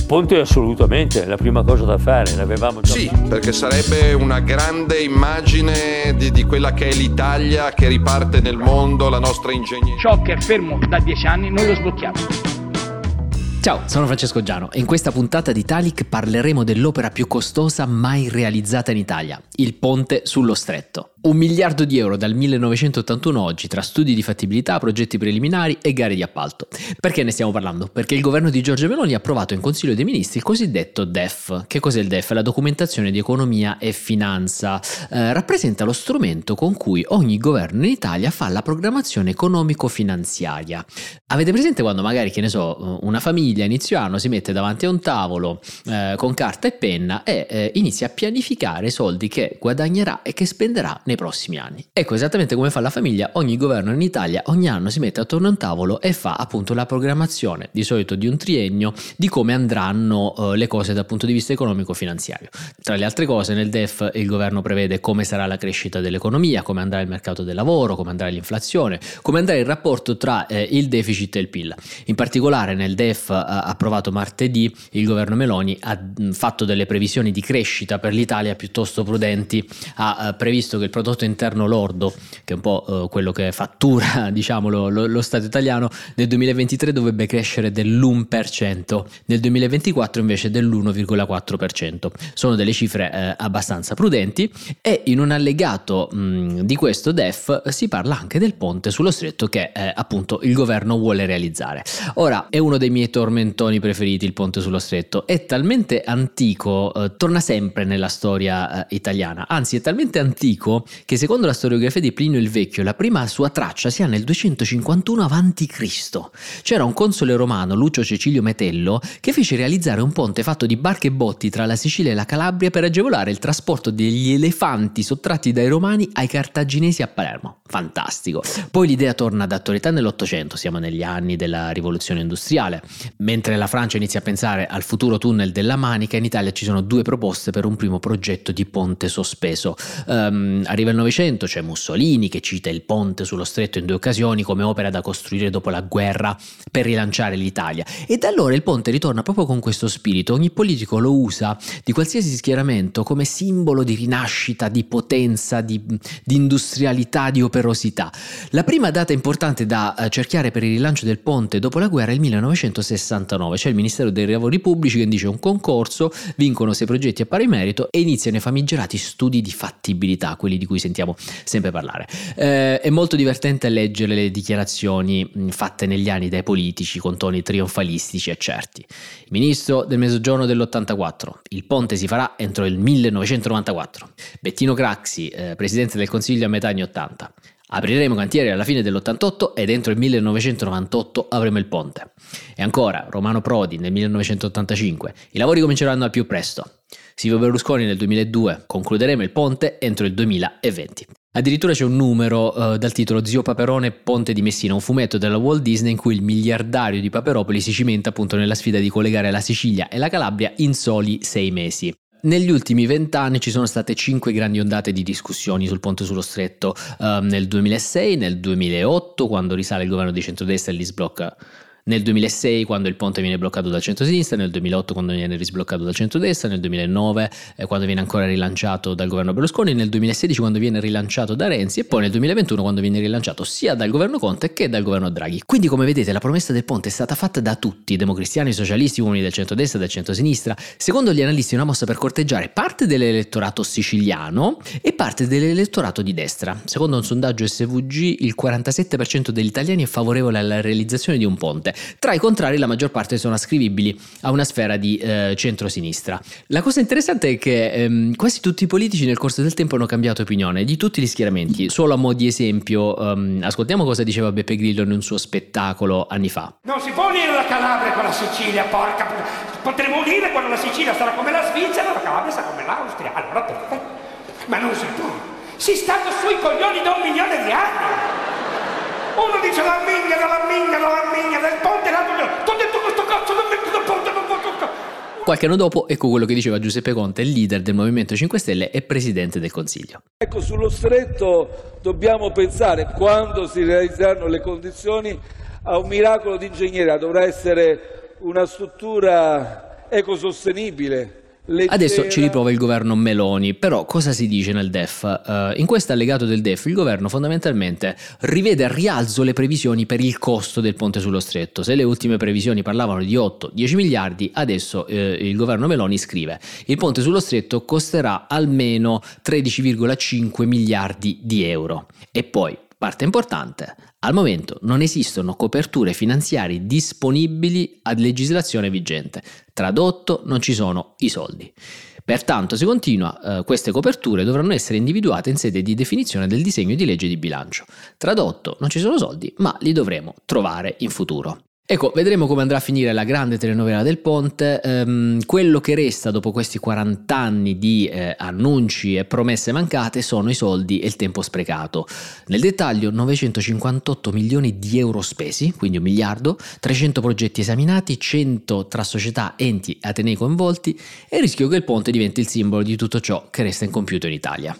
ponte assolutamente, è la prima cosa da fare, l'avevamo già fatto. Perché sarebbe una grande immagine di quella che è l'Italia che riparte nel mondo, la nostra ingegneria. Ciò che è fermo da 10 anni noi lo sblocchiamo. Ciao, sono Francesco Giano e in questa puntata di Italic parleremo dell'opera più costosa mai realizzata in Italia, il ponte sullo Stretto. 1 miliardo di euro dal 1981 a oggi tra studi di fattibilità, progetti preliminari e gare di appalto. Perché ne stiamo parlando? Perché il governo di Giorgia Meloni ha approvato in Consiglio dei Ministri il cosiddetto DEF. Che cos'è il DEF? La documentazione di economia e finanza. Rappresenta lo strumento con cui ogni governo in Italia fa la programmazione economico-finanziaria. Avete presente quando magari, che ne so, una famiglia a inizio anno si mette davanti a un tavolo con carta e penna e inizia a pianificare i soldi che guadagnerà e che spenderà nei prossimi anni. Ecco, esattamente come fa la famiglia, ogni governo in Italia ogni anno si mette attorno a un tavolo e fa appunto la programmazione, di solito di un triennio, di come andranno le cose dal punto di vista economico-finanziario. Tra le altre cose, nel DEF il governo prevede come sarà la crescita dell'economia, come andrà il mercato del lavoro, come andrà l'inflazione, come andrà il rapporto tra il deficit e il PIL. In particolare nel DEF approvato martedì il governo Meloni ha fatto delle previsioni di crescita per l'Italia piuttosto prudenti, ha previsto che il prodotto interno lordo, che è un po' quello che fattura diciamo lo Stato italiano, nel 2023 dovrebbe crescere dell'1%, nel 2024 invece dell'1,4%. Sono delle cifre abbastanza prudenti e in un allegato di questo DEF si parla anche del ponte sullo Stretto che appunto il governo vuole realizzare. Ora, è uno dei miei tormentoni preferiti il ponte sullo Stretto, è talmente antico, torna sempre nella storia italiana, anzi è talmente antico che secondo la storiografia di Plinio il Vecchio la prima sua traccia si ha nel 251 a.C. C'era un console romano, Lucio Cecilio Metello, che fece realizzare un ponte fatto di barche e botti tra la Sicilia e la Calabria per agevolare il trasporto degli elefanti sottratti dai romani ai cartaginesi a Palermo. Fantastico. Poi l'idea torna ad attualità nell'Ottocento, siamo negli anni della rivoluzione industriale. Mentre la Francia inizia a pensare al futuro tunnel della Manica, in Italia ci sono 2 proposte per un primo progetto di ponte sospeso. Arriva il Novecento, c'è Mussolini che cita il ponte sullo Stretto in 2 occasioni come opera da costruire dopo la guerra per rilanciare l'Italia, e da allora il ponte ritorna proprio con questo spirito. Ogni politico lo usa di qualsiasi schieramento come simbolo di rinascita, di potenza, di industrialità, di operosità. La prima data importante da cerchiare per il rilancio del ponte dopo la guerra è il 1969, c'è il Ministero dei Lavori Pubblici che indice un concorso, vincono 6 progetti a pari merito e iniziano i famigerati studi di fattibilità, quelli di cui sentiamo sempre parlare. È molto divertente leggere le dichiarazioni fatte negli anni dai politici con toni trionfalistici e certi. Il ministro del Mezzogiorno dell'84, il ponte si farà entro il 1994. Bettino Craxi, presidente del Consiglio a metà anni 80. Apriremo cantieri alla fine dell'88 ed entro il 1998 avremo il ponte. E ancora, Romano Prodi nel 1985. I lavori cominceranno al più presto. Silvio Berlusconi nel 2002. Concluderemo il ponte entro il 2020. Addirittura c'è un numero dal titolo Zio Paperone Ponte di Messina, un fumetto della Walt Disney in cui il miliardario di Paperopoli si cimenta appunto nella sfida di collegare la Sicilia e la Calabria in soli 6 mesi. Negli ultimi 20 anni ci sono state 5 grandi ondate di discussioni sul ponte sullo Stretto, nel 2006, nel 2008 quando risale il governo di centrodestra e li sblocca, nel 2006 quando il ponte viene bloccato dal centro-sinistra, nel 2008 quando viene risbloccato dal centro-destra, nel 2009 quando viene ancora rilanciato dal governo Berlusconi, nel 2016 quando viene rilanciato da Renzi e poi nel 2021 quando viene rilanciato sia dal governo Conte che dal governo Draghi. Quindi, come vedete, la promessa del ponte è stata fatta da tutti, democristiani, socialisti, uomini del centro-destra e del centro-sinistra. Secondo gli analisti è una mossa per corteggiare parte dell'elettorato siciliano e parte dell'elettorato di destra. Secondo un sondaggio SVG il 47% degli italiani è favorevole alla realizzazione di un ponte. Tra i contrari la maggior parte sono ascrivibili a una sfera di centrosinistra. La cosa interessante è che quasi tutti i politici nel corso del tempo hanno cambiato opinione, di tutti gli schieramenti. Solo a mo' di esempio, ascoltiamo cosa diceva Beppe Grillo in un suo spettacolo anni fa. Non si può unire la Calabria con la Sicilia, porca. Potremo unire quando la Sicilia sarà come la Svizzera, la Calabria sarà come l'Austria. Allora perfetto. Ma non si può. Si stanno sui coglioni da 1 milione di anni. Uno dice la minga del ponte, l'altro dice t'ho detto questo cazzo del ponte, non posso. Qualche anno dopo, ecco quello che diceva Giuseppe Conte, il leader del Movimento 5 Stelle e presidente del Consiglio. Ecco, sullo Stretto dobbiamo pensare, quando si realizzeranno le condizioni, a un miracolo di ingegneria. Dovrà essere una struttura ecosostenibile. Adesso ci riprova il governo Meloni, però cosa si dice nel DEF? In questo allegato del DEF il governo fondamentalmente rivede a rialzo le previsioni per il costo del ponte sullo stretto. Se le ultime previsioni parlavano di 8-10 miliardi, adesso il governo Meloni scrive: il ponte sullo stretto costerà almeno 13,5 miliardi di euro. E poi, parte importante, al momento non esistono coperture finanziarie disponibili a legislazione vigente. Tradotto, non ci sono i soldi. Pertanto, se continua, queste coperture dovranno essere individuate in sede di definizione del disegno di legge di bilancio. Tradotto, non ci sono soldi, ma li dovremo trovare in futuro. Ecco, vedremo come andrà a finire la grande telenovela del ponte. Quello che resta dopo questi 40 anni di annunci e promesse mancate sono i soldi e il tempo sprecato. Nel dettaglio 958 milioni di euro spesi, quindi 1 miliardo, 300 progetti esaminati, 100 tra società, enti, atenei coinvolti e il rischio che il ponte diventi il simbolo di tutto ciò che resta incompiuto in Italia.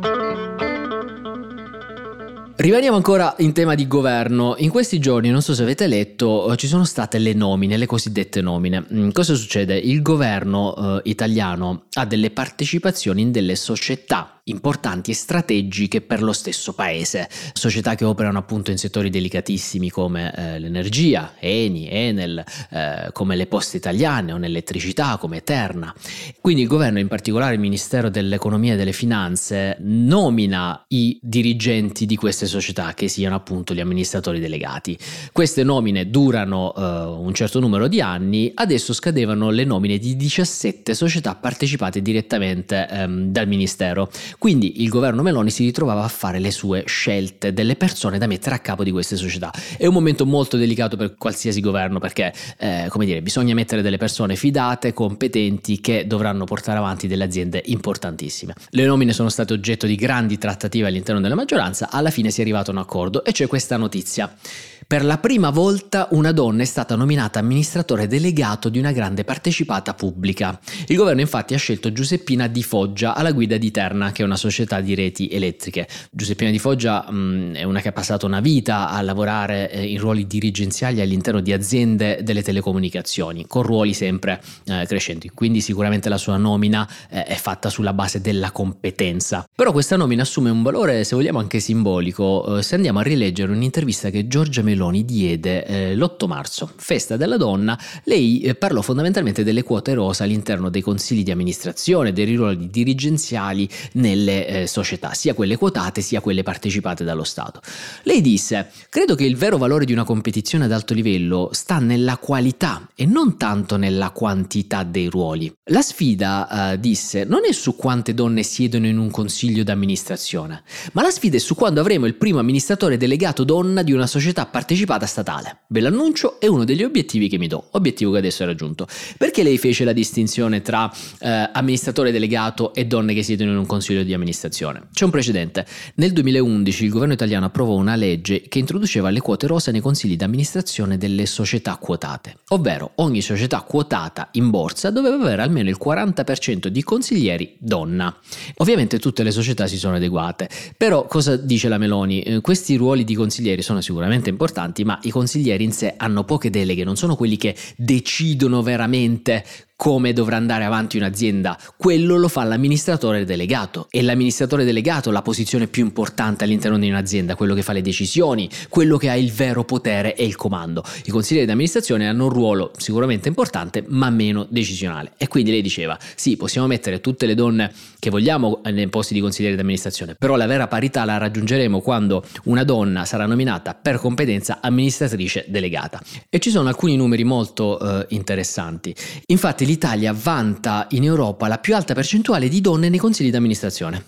Rimaniamo ancora in tema di governo. In questi giorni, non so se avete letto, ci sono state le nomine, le cosiddette nomine. Cosa succede? Il governo italiano ha delle partecipazioni in delle società importanti e strategiche per lo stesso paese, società che operano appunto in settori delicatissimi come l'energia, Eni, Enel, come le poste italiane o nell'elettricità come Terna. Quindi il governo, in particolare il Ministero dell'Economia e delle Finanze, nomina i dirigenti di queste società, che siano appunto gli amministratori delegati. Queste nomine durano un certo numero di anni. Adesso scadevano le nomine di 17 società partecipate direttamente dal Ministero. Quindi il governo Meloni si ritrovava a fare le sue scelte delle persone da mettere a capo di queste società. È un momento molto delicato per qualsiasi governo, perché bisogna mettere delle persone fidate, competenti, che dovranno portare avanti delle aziende importantissime. Le nomine sono state oggetto di grandi trattative all'interno della maggioranza. Alla fine si è arrivato a un accordo e c'è questa notizia. Per la prima volta una donna è stata nominata amministratore delegato di una grande partecipata pubblica. Il governo infatti ha scelto Giuseppina Di Foggia alla guida di Terna, che è una società di reti elettriche. Giuseppina Di Foggia è una che ha passato una vita a lavorare in ruoli dirigenziali all'interno di aziende delle telecomunicazioni, con ruoli sempre crescenti. Quindi sicuramente la sua nomina è fatta sulla base della competenza. Però questa nomina assume un valore, se vogliamo, anche simbolico. Se andiamo a rileggere un'intervista che Giorgia Meloni diede l'8 marzo, festa della donna, lei parlò fondamentalmente delle quote rosa all'interno dei consigli di amministrazione, dei ruoli dirigenziali nelle società, sia quelle quotate sia quelle partecipate dallo Stato. Lei disse: credo che il vero valore di una competizione ad alto livello sta nella qualità e non tanto nella quantità dei ruoli. La sfida, disse, non è su quante donne siedono in un consiglio d'amministrazione, ma la sfida è su quando avremo il primo amministratore delegato donna di una società partecipata statale. Ve l'annuncio, è uno degli obiettivi che mi do, obiettivo che adesso è raggiunto. Perché lei fece la distinzione tra amministratore delegato e donne che siedono in un consiglio di amministrazione? C'è un precedente. Nel 2011 il governo italiano approvò una legge che introduceva le quote rosa nei consigli di amministrazione delle società quotate, ovvero ogni società quotata in borsa doveva avere almeno il 40% di consiglieri donna. Ovviamente tutte le società si sono adeguate, però cosa dice la Meloni? Questi ruoli di consiglieri sono sicuramente importanti, ma i consiglieri in sé hanno poche deleghe, non sono quelli che decidono veramente come dovrà andare avanti un'azienda. Quello lo fa l'amministratore delegato, e l'amministratore delegato ha la posizione più importante all'interno di un'azienda, quello che fa le decisioni, quello che ha il vero potere e il comando. I consiglieri di amministrazione hanno un ruolo sicuramente importante ma meno decisionale, e quindi lei diceva: sì, possiamo mettere tutte le donne che vogliamo nei posti di consiglieri di amministrazione, però la vera parità la raggiungeremo quando una donna sarà nominata per competenza amministratrice delegata. E ci sono alcuni numeri molto interessanti. Infatti l'Italia vanta in Europa la più alta percentuale di donne nei consigli di amministrazione,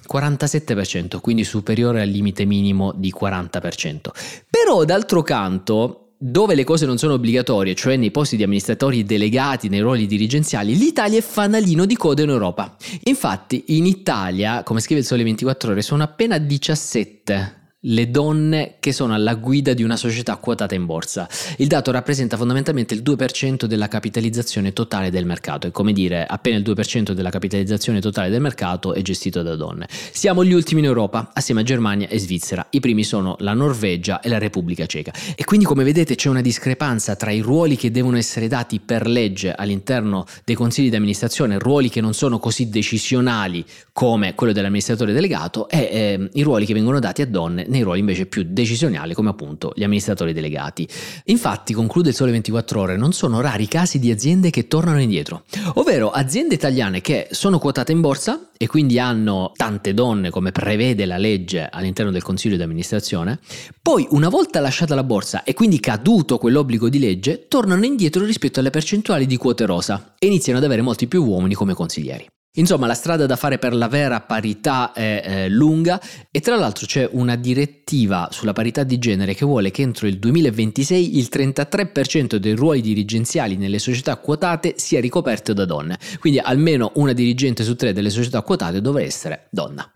47%, quindi superiore al limite minimo di 40%. Però d'altro canto, dove le cose non sono obbligatorie, cioè nei posti di amministratori delegati, nei ruoli dirigenziali, l'Italia è fanalino di coda in Europa. Infatti in Italia, come scrive il Sole 24 Ore, sono appena 17 le donne che sono alla guida di una società quotata in borsa. Il dato rappresenta fondamentalmente il 2% della capitalizzazione totale del mercato, è come dire appena il 2% della capitalizzazione totale del mercato è gestito da donne. Siamo gli ultimi in Europa, assieme a Germania e Svizzera. I primi sono la Norvegia e la Repubblica Ceca. E quindi, come vedete, c'è una discrepanza tra i ruoli che devono essere dati per legge all'interno dei consigli di amministrazione, ruoli che non sono così decisionali come quello dell'amministratore delegato, e i ruoli che vengono dati a donne nei ruoli invece più decisionali, come appunto gli amministratori delegati. Infatti, conclude il Sole 24 Ore, non sono rari casi di aziende che tornano indietro, ovvero aziende italiane che sono quotate in borsa e quindi hanno tante donne come prevede la legge all'interno del consiglio di amministrazione, poi una volta lasciata la borsa e quindi caduto quell'obbligo di legge, tornano indietro rispetto alle percentuali di quote rosa e iniziano ad avere molti più uomini come consiglieri. Insomma, la strada da fare per la vera parità è lunga, e tra l'altro c'è una direttiva sulla parità di genere che vuole che entro il 2026 il 33% dei ruoli dirigenziali nelle società quotate sia ricoperto da donne. Quindi almeno una dirigente su 3 delle società quotate dovrà essere donna.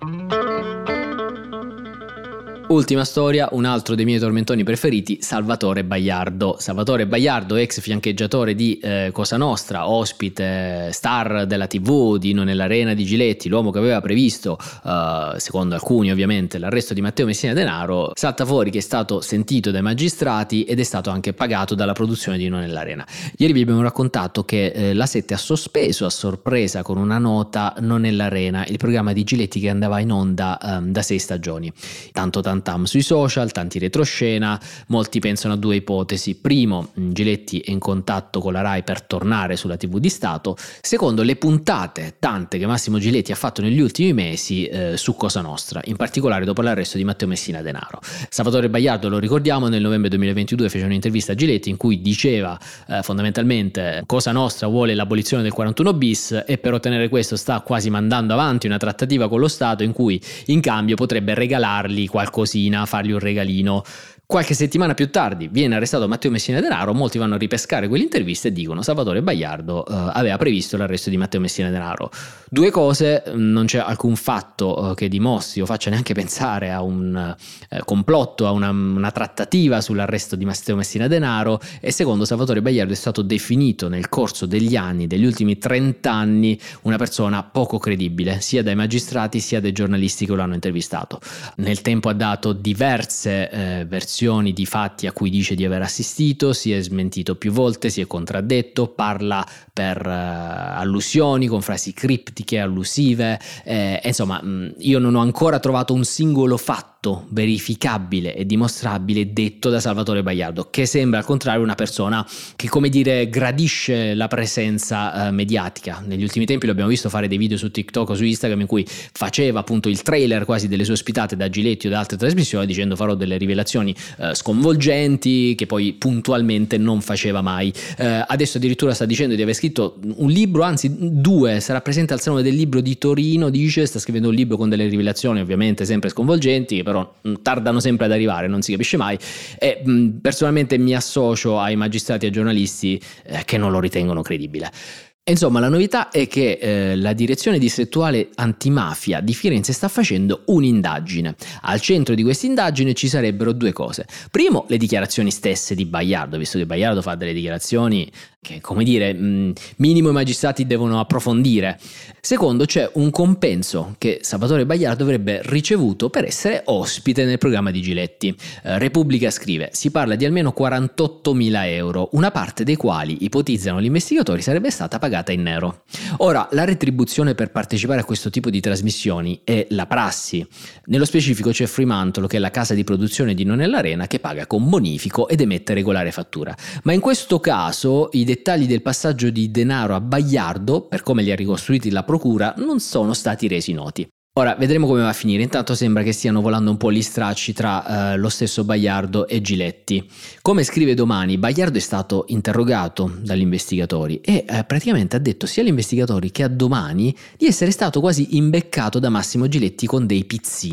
Ultima storia, un altro dei miei tormentoni preferiti, Salvatore Baiardo. Salvatore Baiardo, ex fiancheggiatore di Cosa Nostra, ospite star della TV, di Non è l'Arena di Giletti, l'uomo che aveva previsto, secondo alcuni ovviamente, l'arresto di Matteo Messina Denaro, salta fuori che è stato sentito dai magistrati ed è stato anche pagato dalla produzione di Non è l'Arena. Ieri vi abbiamo raccontato che la 7 ha sospeso a sorpresa con una nota Non è l'Arena, il programma di Giletti che andava in onda da 6 stagioni. Tanto sui social, tanti retroscena, molti pensano a 2 ipotesi. Primo, Giletti è in contatto con la Rai per tornare sulla TV di Stato. Secondo, le puntate, tante che Massimo Giletti ha fatto negli ultimi mesi su Cosa Nostra, in particolare dopo l'arresto di Matteo Messina Denaro. Salvatore Baiardo, lo ricordiamo, nel novembre 2022 fece un'intervista a Giletti in cui diceva fondamentalmente Cosa Nostra vuole l'abolizione del 41 bis e per ottenere questo sta quasi mandando avanti una trattativa con lo Stato in cui in cambio potrebbe regalargli qualcosina, fargli un regalino. Qualche settimana più tardi viene arrestato Matteo Messina Denaro, molti vanno a ripescare quell'intervista e dicono Salvatore Baiardo aveva previsto l'arresto di Matteo Messina Denaro. 2 cose, non c'è alcun fatto che dimostri o faccia neanche pensare a un complotto, a una trattativa sull'arresto di Matteo Messina Denaro, e secondo, Salvatore Baiardo è stato definito nel corso degli anni, degli ultimi 30 anni, una persona poco credibile, sia dai magistrati sia dai giornalisti che lo hanno intervistato. Nel tempo ha dato diverse versioni di fatti a cui dice di aver assistito, si è smentito più volte, si è contraddetto, parla per allusioni, con frasi criptiche, allusive, insomma io non ho ancora trovato un singolo fatto verificabile e dimostrabile detto da Salvatore Baiardo, che sembra al contrario una persona che, come dire, gradisce la presenza mediatica. Negli ultimi tempi lo abbiamo visto fare dei video su TikTok o su Instagram in cui faceva appunto il trailer quasi delle sue ospitate da Giletti o da altre trasmissioni, dicendo farò delle rivelazioni sconvolgenti che poi puntualmente non faceva mai. Adesso addirittura sta dicendo di aver scritto un libro, anzi 2, sarà presente al Salone del Libro di Torino, dice, sta scrivendo un libro con delle rivelazioni ovviamente sempre sconvolgenti che però tardano sempre ad arrivare, non si capisce mai, e personalmente mi associo ai magistrati e ai giornalisti che non lo ritengono credibile. Insomma, la novità è che la direzione distrettuale antimafia di Firenze sta facendo un'indagine. Al centro di questa indagine ci sarebbero 2 cose. Primo, le dichiarazioni stesse di Baiardo, visto che Baiardo fa delle dichiarazioni che, come dire, minimo i magistrati devono approfondire. Secondo, c'è un compenso che Salvatore Baiardo avrebbe ricevuto per essere ospite nel programma di Giletti. Repubblica scrive: si parla di almeno 48.000 euro, una parte dei quali, ipotizzano gli investigatori, sarebbe stata pagata in nero. Ora, la retribuzione per partecipare a questo tipo di trasmissioni è la prassi. Nello specifico c'è Fremantle, che è la casa di produzione di Non è l'Arena, che paga con bonifico ed emette regolare fattura. Ma in questo caso i dettagli del passaggio di denaro a Baiardo, per come li ha ricostruiti la procura, non sono stati resi noti. Ora vedremo come va a finire. Intanto sembra che stiano volando un po' gli stracci tra lo stesso Baiardo e Giletti. Come scrive Domani, Baiardo è stato interrogato dagli investigatori e praticamente ha detto sia agli investigatori che a Domani di essere stato quasi imbeccato da Massimo Giletti con dei pizzini.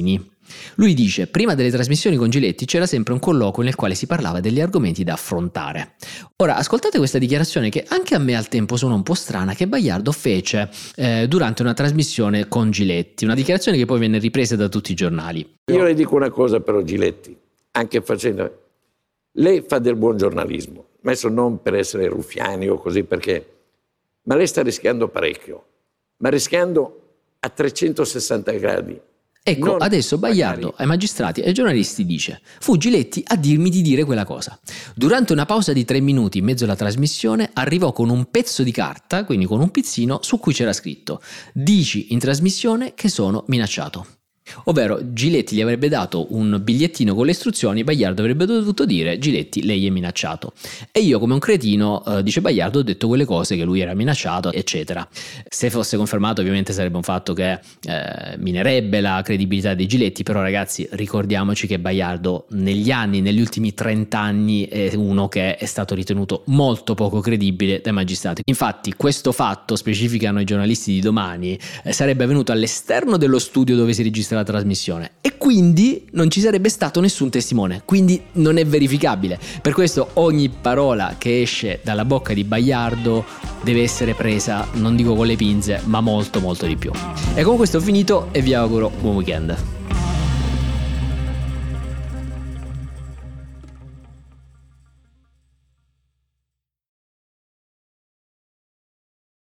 Lui dice: prima delle trasmissioni con Giletti c'era sempre un colloquio nel quale si parlava degli argomenti da affrontare. Ora ascoltate questa dichiarazione che anche a me al tempo suona un po' strana, che Baiardo fece durante una trasmissione con Giletti, una dichiarazione che poi venne ripresa da tutti i giornali. Io le dico una cosa però, Giletti, anche facendo... Lei fa del buon giornalismo, adesso non per essere ruffiani o così, perché... Ma lei sta rischiando parecchio, ma rischiando a 360 gradi. Ecco, Non adesso Baiardo magari. ai magistrati e ai giornalisti dice: fu Giletti a dirmi di dire quella cosa. Durante una pausa di 3 minuti in mezzo alla trasmissione arrivò con un pezzo di carta, quindi con un pizzino, su cui c'era scritto: dici in trasmissione che sono minacciato. Ovvero Giletti gli avrebbe dato un bigliettino con le istruzioni, Baiardo avrebbe dovuto dire: Giletti, lei è minacciato. E io come un cretino, dice Baiardo, ho detto quelle cose, che lui era minacciato, eccetera. Se fosse confermato ovviamente sarebbe un fatto che minerebbe la credibilità dei Giletti, però ragazzi ricordiamoci che Baiardo negli ultimi 30 anni è uno che è stato ritenuto molto poco credibile dai magistrati. Infatti questo fatto, specificano i giornalisti di Domani, sarebbe avvenuto all'esterno dello studio dove si registra la trasmissione e quindi non ci sarebbe stato nessun testimone, quindi non è verificabile. Per questo ogni parola che esce dalla bocca di Baiardo deve essere presa, non dico con le pinze, ma molto molto di più. E con questo ho finito e vi auguro buon weekend.